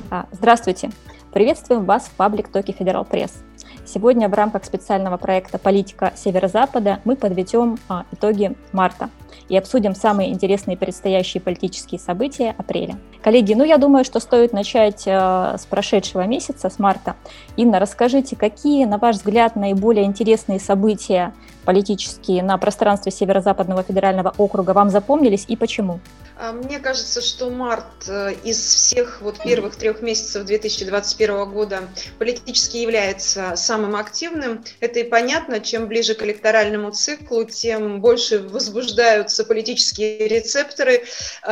Здравствуйте! Приветствуем вас в паблик-токе Федерал Пресс. Сегодня в рамках специального проекта «Политика Северо-Запада» мы подведем итоги марта и обсудим самые интересные предстоящие политические события апреля. Коллеги, я думаю, что стоит начать с прошедшего месяца, с марта. Инна, расскажите, какие, на ваш взгляд, наиболее интересные события политические на пространстве Северо-Западного федерального округа вам запомнились и почему? Мне кажется, что март из всех первых 3 месяцев 2021 года политически является самым активным. Это и понятно, чем ближе к электоральному циклу, тем больше возбуждаются политические рецепторы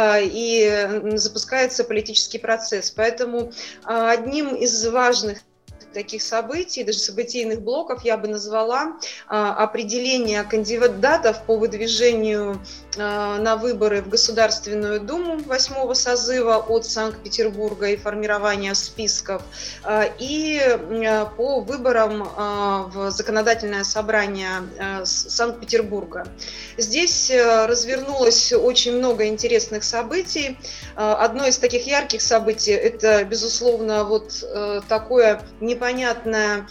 и запускается политический процесс. Поэтому одним из важных таких событий, даже событийных блоков, я бы назвала определение кандидатов по выдвижению на выборы в Государственную Думу 8-го созыва от Санкт-Петербурга и формирование списков, и по выборам в Законодательное собрание Санкт-Петербурга. Здесь развернулось очень много интересных событий. Одно из таких ярких событий – это, безусловно, такое непонятное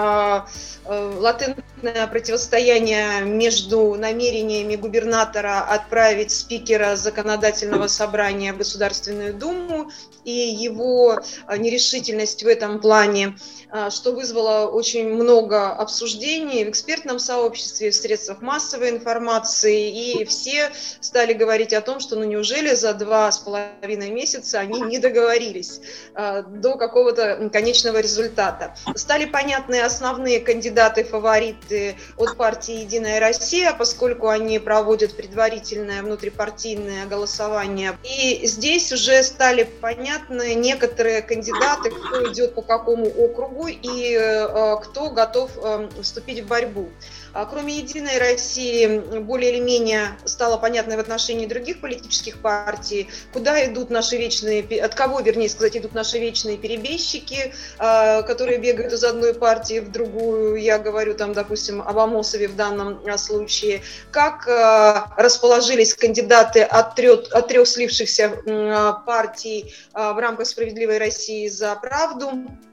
латентное противостояние между намерениями губернатора отправить спикера Законодательного собрания в Государственную Думу и его нерешительность в этом плане, что вызвало очень много обсуждений в экспертном сообществе, в средствах массовой информации, и все стали говорить о том, что неужели за 2,5 месяца они не договорились до какого-то конечного результата. Стали понятны основные кандидаты-фавориты от партии «Единая Россия», поскольку они проводят предварительное внутрипартийное голосование. И здесь уже стали понятны некоторые кандидаты, кто идет по какому округу и кто готов вступить в борьбу. Кроме «Единой России», более или менее стало понятно в отношении других политических партий, куда идут наши вечные, от кого, вернее сказать, идут наши вечные перебежчики, которые бегают из одной партии в другую. Я говорю допустим, об Амосове в данном случае. Как расположились кандидаты от трех слившихся партий в рамках «Справедливой России за правду».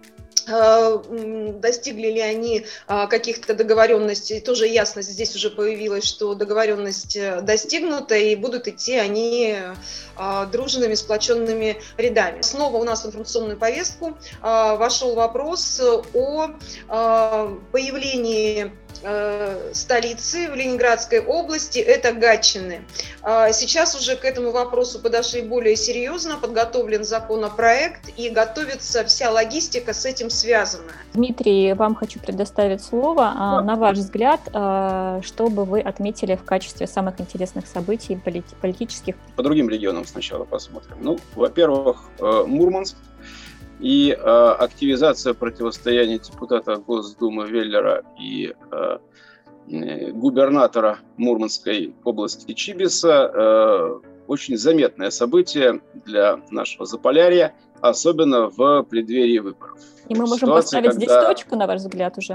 Достигли ли они каких-то договоренностей, тоже ясность здесь уже появилась, что договоренность достигнута, и будут идти они дружными, сплоченными рядами. Снова у нас в информационную повестку вошел вопрос о появлении столицы в Ленинградской области, это Гатчины. Сейчас уже к этому вопросу подошли более серьезно, подготовлен законопроект и готовится вся логистика с этим связана. Дмитрий, вам хочу предоставить слово. На ваш взгляд, что бы вы отметили в качестве самых интересных событий политических? По другим регионам сначала посмотрим. Во-первых, Мурманск и активизация противостояния депутата Госдумы Веллера и губернатора Мурманской области Чибиса очень заметное событие для нашего Заполярья, особенно в преддверии выборов. И мы можем поставить здесь точку, на ваш взгляд, уже?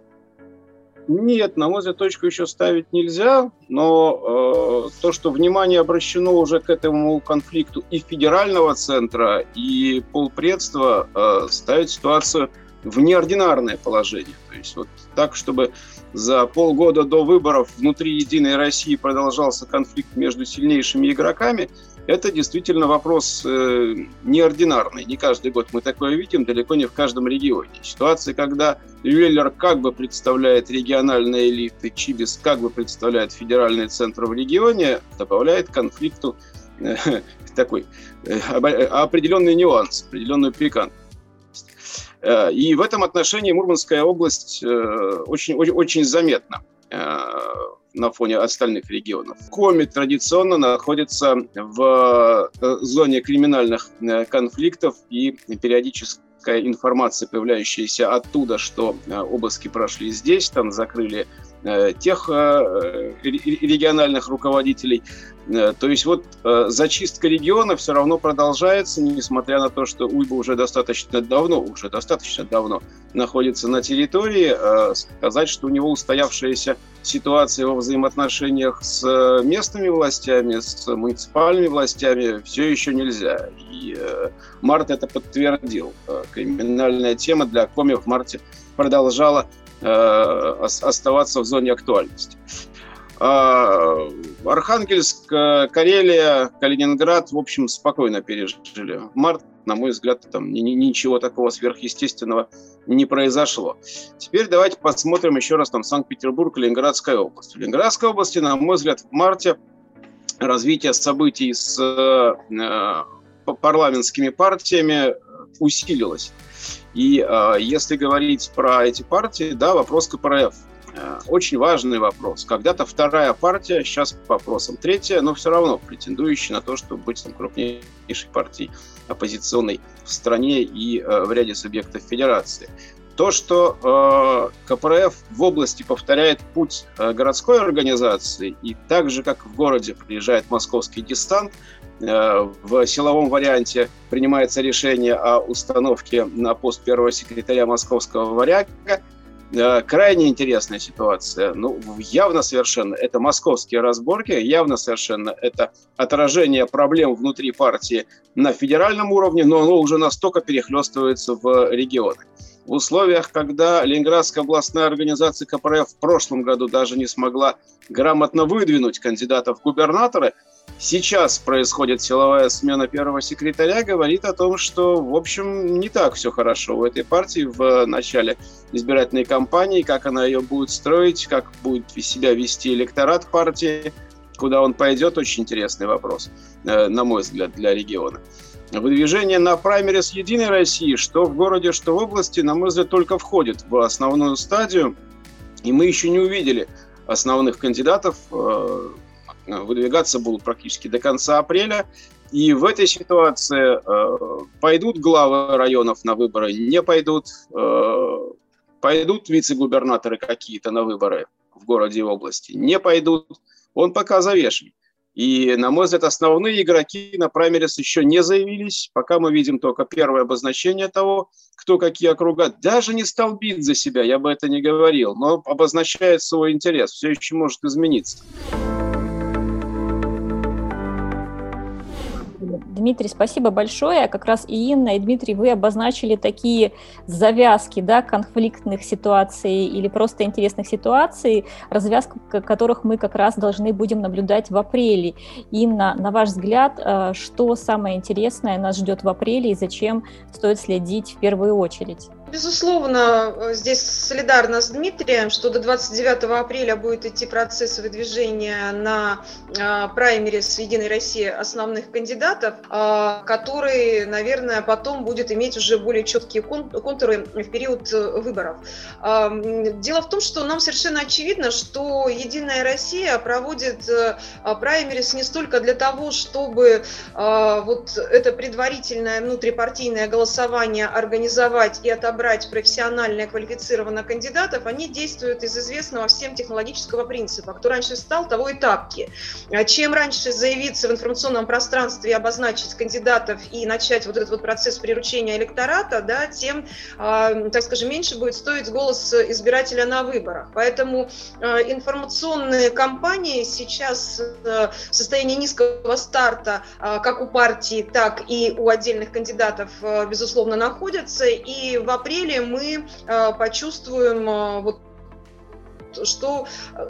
Нет, на мой взгляд, точку еще ставить нельзя, но то, что внимание обращено уже к этому конфликту и федерального центра, и полпредства, ставит ситуацию в неординарное положение. То есть так, чтобы за полгода до выборов внутри «Единой России» продолжался конфликт между сильнейшими игроками, это действительно вопрос неординарный. Не каждый год мы такое видим, далеко не в каждом регионе. Ситуация, когда Веллер как бы представляет региональные элиты, Чибис как бы представляет федеральный центр в регионе, добавляет конфликту такой определенный нюанс, определенную пикантность. И в этом отношении Мурманская область очень заметна на фоне остальных регионов. Коми традиционно находится в зоне криминальных конфликтов, и периодическая информация, появляющаяся оттуда, что обыски прошли здесь, там закрыли тех региональных руководителей. То есть зачистка региона все равно продолжается, несмотря на то, что Уйба уже достаточно давно находится на территории. Сказать, что у него устоявшаяся ситуации во взаимоотношениях с местными властями, с муниципальными властями все еще нельзя. И март это подтвердил. Криминальная тема для Коми в марте продолжала оставаться в зоне актуальности. Архангельск, Карелия, Калининград, в общем, спокойно пережили март. На мой взгляд, там ничего такого сверхъестественного не произошло. Теперь давайте посмотрим еще раз там Санкт-Петербург, Ленинградская область. В Ленинградской области, на мой взгляд, в марте развитие событий с парламентскими партиями усилилось. И если говорить про эти партии, да, вопрос КПРФ. Очень важный вопрос. Когда-то вторая партия, сейчас по вопросам третья, но все равно претендующая на то, чтобы быть крупнейшей партией оппозиционной в стране и в ряде субъектов федерации. То, что КПРФ в области повторяет путь городской организации, и так же, как в городе приезжает московский десант, в силовом варианте принимается решение о установке на пост первого секретаря московского варяга. Крайне интересная ситуация. Ну, явно совершенно это московские разборки, явно совершенно это отражение проблем внутри партии на федеральном уровне, но оно уже настолько перехлестывается в регионы. В условиях, когда Ленинградская областная организация КПРФ в прошлом году даже не смогла грамотно выдвинуть кандидатов в губернаторы, сейчас происходит силовая смена первого секретаря, говорит о том, что, в общем, не так все хорошо у этой партии в начале избирательной кампании, как она ее будет строить, как будет себя вести электорат партии, куда он пойдет, очень интересный вопрос, на мой взгляд, для региона. Выдвижение на праймерис «Единой России», что в городе, что в области, на мой взгляд, только входит в основную стадию, и мы еще не увидели основных кандидатов. Выдвигаться будут практически до конца апреля. И в этой ситуации пойдут главы районов на выборы, не пойдут, пойдут вице-губернаторы какие-то на выборы в городе и в области, не пойдут. Он пока завешен. И, на мой взгляд, основные игроки на праймерис еще не заявились. Пока мы видим только первое обозначение того, кто какие округа. Даже не столбит за себя, я бы это не говорил, но обозначает свой интерес. Все еще может измениться. Дмитрий, спасибо большое. Как раз и Инна, и Дмитрий, вы обозначили такие завязки, да, конфликтных ситуаций или просто интересных ситуаций, развязку которых мы как раз должны будем наблюдать в апреле. Инна, на ваш взгляд, что самое интересное нас ждет в апреле и зачем стоит следить в первую очередь? Безусловно, здесь солидарна с Дмитрием, что до 29 апреля будет идти процесс выдвижения на праймерис «Единой России» основных кандидатов, который, наверное, потом будет иметь уже более четкие контуры в период выборов. Дело в том, что нам совершенно очевидно, что «Единая Россия» проводит праймерис не столько для того, чтобы вот это предварительное внутрипартийное голосование организовать и отобрать профессионально квалифицированных кандидатов, они действуют из известного всем технологического принципа. Кто раньше встал, того и тапки. Чем раньше заявиться в информационном пространстве, обозначить кандидатов и начать вот этот вот процесс приручения электората, да, тем, так скажем, меньше будет стоить голос избирателя на выборах. Поэтому информационные кампании сейчас в состоянии низкого старта как у партии, так и у отдельных кандидатов, безусловно, находятся. И в апреле мы почувствуем вот что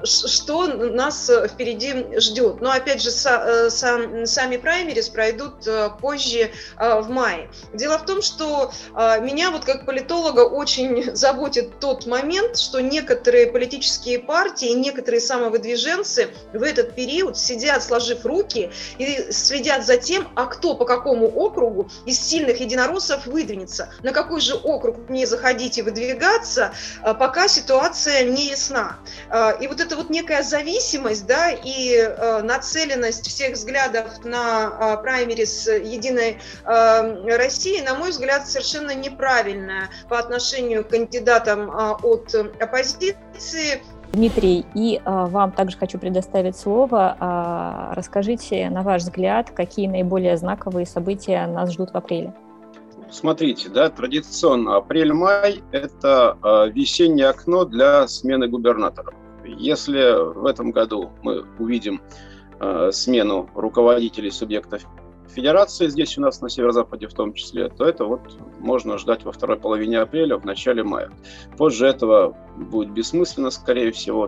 нас впереди ждет. Но опять же, сами праймерис пройдут позже, в мае. Дело в том, что меня вот как политолога очень заботит тот момент, что некоторые политические партии, некоторые самовыдвиженцы в этот период сидят, сложив руки, и следят за тем, а кто по какому округу из сильных единороссов выдвинется. На какой же округ мне заходить и выдвигаться, пока ситуация не ясна. И вот эта вот некая зависимость, да, и нацеленность всех взглядов на праймерис «Единой России», на мой взгляд, совершенно неправильная по отношению к кандидатам от оппозиции. Дмитрий, и вам также хочу предоставить слово. Расскажите, на ваш взгляд, какие наиболее знаковые события нас ждут в апреле? Смотрите, да, традиционно апрель-май – это весеннее окно для смены губернаторов. Если в этом году мы увидим смену руководителей субъектов Федерации, здесь у нас на северо-западе в том числе, то это вот можно ждать во второй половине апреля, в начале мая. Позже этого будет бессмысленно, скорее всего,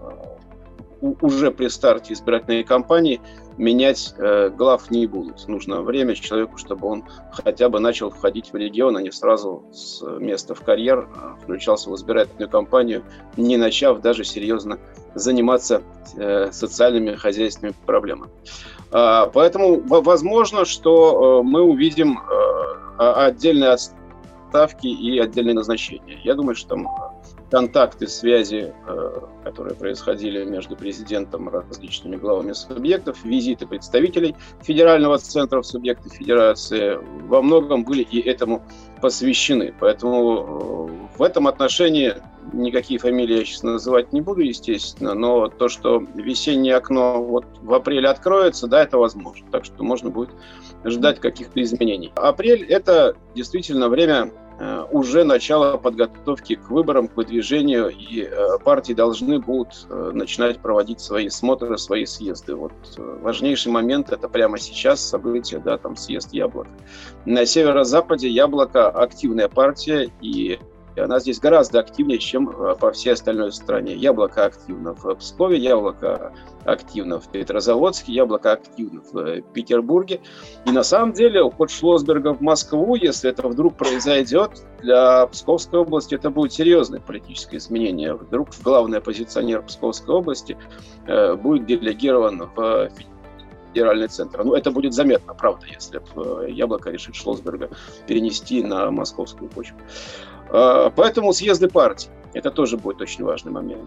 уже при старте избирательной кампании менять глав не будут. Нужно время человеку, чтобы он хотя бы начал входить в регион, а не сразу с места в карьер включался в избирательную кампанию, не начав даже серьезно заниматься социальными хозяйственными проблемами. Поэтому возможно, что мы увидим отдельные отставки и отдельные назначения. Я думаю, что там контакты, связи, которые происходили между президентом и различными главами субъектов, визиты представителей федерального центра в субъекты федерации во многом были и этому посвящены. Поэтому в этом отношении никакие фамилии я сейчас называть не буду, естественно, но то, что весеннее окно вот в апреле откроется, да, это возможно. Так что можно будет ждать каких-то изменений. Апрель – это действительно время уже начало подготовки к выборам, к выдвижению, и партии должны будут начинать проводить свои смотры, свои съезды. Вот важнейший момент – это прямо сейчас событие, да, там съезд «Яблоко». На северо-западе «Яблоко» активная партия, и она здесь гораздо активнее, чем по всей остальной стране. «Яблоко» активно в Пскове, «Яблоко» активно в Петрозаводске, «Яблоко» активно в Петербурге. И на самом деле уход Шлосберга в Москву, если это вдруг произойдет, для Псковской области это будет серьезное политическое изменение. Вдруг главный оппозиционер Псковской области будет делегирован в федеральный центр. Ну, это будет заметно, правда, если «Яблоко» решит Шлосберга перенести на московскую почву. Поэтому съезды партий – это тоже будет очень важный момент.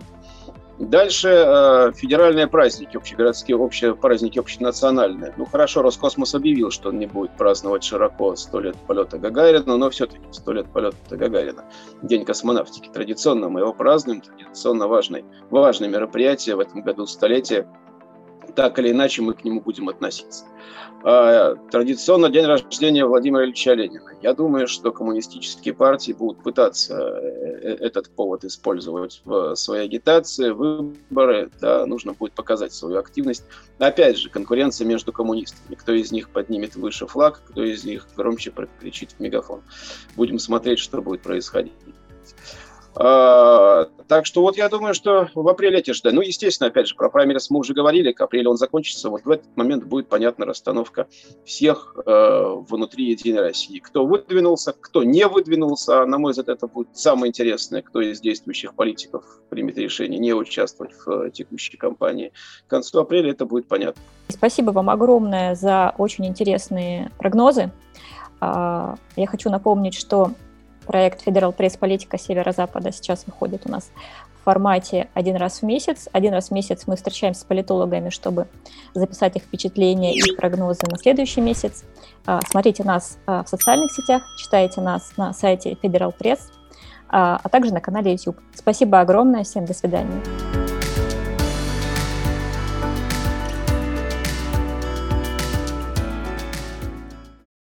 Дальше федеральные праздники, общие праздники общенациональные. Ну хорошо, Роскосмос объявил, что он не будет праздновать широко 100 лет полета Гагарина, но все-таки 100 лет полета Гагарина. День космонавтики. Традиционно мы его празднуем, традиционно важное мероприятие в этом году, столетие. Так или иначе мы к нему будем относиться. Традиционно день рождения Владимира Ильича Ленина. Я думаю, что коммунистические партии будут пытаться этот повод использовать в своей агитации, выборы. Да, нужно будет показать свою активность. Опять же, конкуренция между коммунистами. Кто из них поднимет выше флаг, кто из них громче прокричит в мегафон. Будем смотреть, что будет происходить. Так что вот я думаю, что в апреле эти ждать. Ну, естественно, опять же, про праймерис мы уже говорили, к апрелю он закончится. Вот в этот момент будет понятна расстановка всех внутри Единой России. Кто выдвинулся, кто не выдвинулся. На мой взгляд, это будет самое интересное, кто из действующих политиков примет решение не участвовать в текущей кампании. К концу апреля это будет понятно. Спасибо вам огромное за очень интересные прогнозы. Я хочу напомнить, что проект «Федерал Пресс. Политика Северо-Запада» сейчас выходит у нас в формате один раз в месяц. Один раз в месяц мы встречаемся с политологами, чтобы записать их впечатления и прогнозы на следующий месяц. Смотрите нас в социальных сетях, читайте нас на сайте Федерал Пресс, а также на канале YouTube. Спасибо огромное, всем до свидания.